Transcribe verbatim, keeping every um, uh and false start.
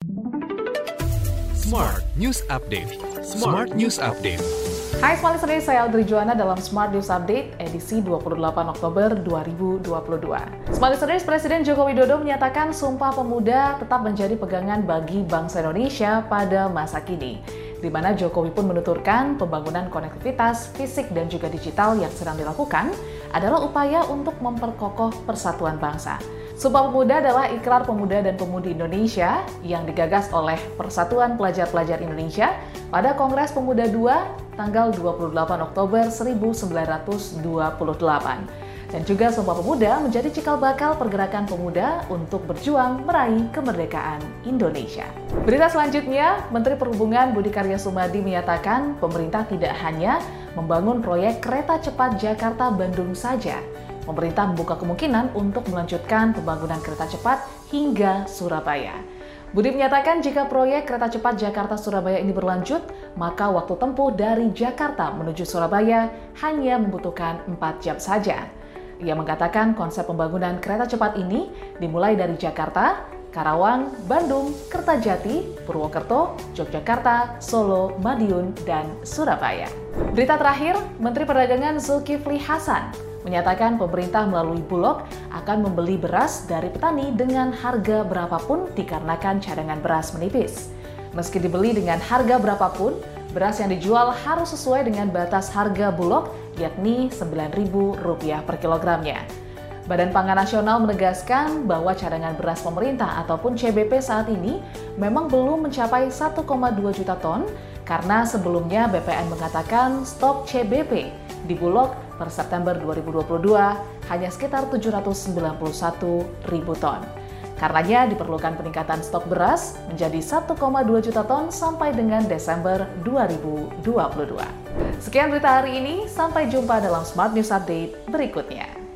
Smart News Update. Smart News Update. Hai Smart Listeners, saya Audrey Joanna dalam Smart News Update edisi dua puluh delapan Oktober dua ribu dua puluh dua. Smart Listeners, Presiden Joko Widodo menyatakan Sumpah Pemuda tetap menjadi pegangan bagi bangsa Indonesia pada masa kini, di mana Jokowi pun menuturkan pembangunan konektivitas fisik dan juga digital yang sedang dilakukan adalah upaya untuk memperkokoh persatuan bangsa. Sumpah Pemuda adalah ikrar pemuda dan pemudi Indonesia yang digagas oleh Persatuan Pelajar-Pelajar Indonesia pada Kongres Pemuda dua tanggal dua puluh delapan Oktober seribu sembilan ratus dua puluh delapan. Dan juga Sumpah Pemuda menjadi cikal bakal pergerakan pemuda untuk berjuang meraih kemerdekaan Indonesia. Berita selanjutnya, Menteri Perhubungan Budi Karya Sumadi menyatakan pemerintah tidak hanya membangun proyek kereta cepat Jakarta-Bandung saja. Pemerintah membuka kemungkinan untuk melanjutkan pembangunan kereta cepat hingga Surabaya. Budi menyatakan jika proyek kereta cepat Jakarta-Surabaya ini berlanjut, maka waktu tempuh dari Jakarta menuju Surabaya hanya membutuhkan empat jam saja. Ia mengatakan konsep pembangunan kereta cepat ini dimulai dari Jakarta, Karawang, Bandung, Kertajati, Purwokerto, Yogyakarta, Solo, Madiun, dan Surabaya. Berita terakhir, Menteri Perdagangan Zulkifli Hasan menyatakan pemerintah melalui Bulog akan membeli beras dari petani dengan harga berapapun dikarenakan cadangan beras menipis. Meski dibeli dengan harga berapapun, beras yang dijual harus sesuai dengan batas harga Bulog, yakni sembilan ribu rupiah per kilogramnya. Badan Pangan Nasional menegaskan bahwa cadangan beras pemerintah ataupun C B P saat ini memang belum mencapai satu koma dua juta ton karena sebelumnya B P N mengatakan stok C B P di Bulog per September dua ribu dua puluh dua hanya sekitar tujuh ratus sembilan puluh satu ribu ton. Karenanya diperlukan peningkatan stok beras menjadi satu koma dua juta ton sampai dengan Desember dua ribu dua puluh dua. Sekian berita hari ini, sampai jumpa dalam Smart News Update berikutnya.